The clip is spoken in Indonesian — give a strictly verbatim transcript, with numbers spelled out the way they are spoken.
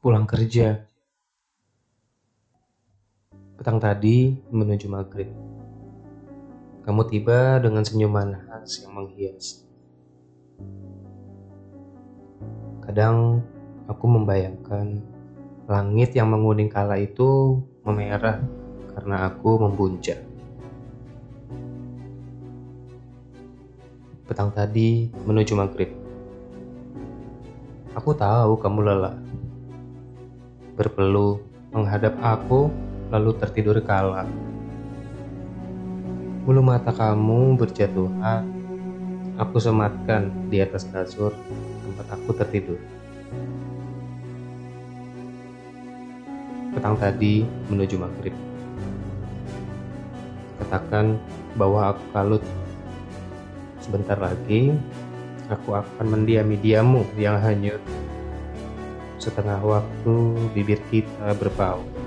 Pulang kerja, petang tadi menuju maghrib. Kamu tiba dengan senyuman khas yang menghias. Kadang aku membayangkan langit yang menguning kala itu memerah karena aku membuncah. Petang tadi menuju maghrib. Aku tahu kamu lelah. Berpeluh menghadap aku lalu tertidur kala. Bulu mata kamu berjatuhan. Aku sematkan di atas kasur tempat aku tertidur. Petang tadi menuju maghrib. Katakan bahwa aku kalut. Sebentar lagi aku akan mendiami diammu yang hanyut. Setengah waktu bibir kita berbau.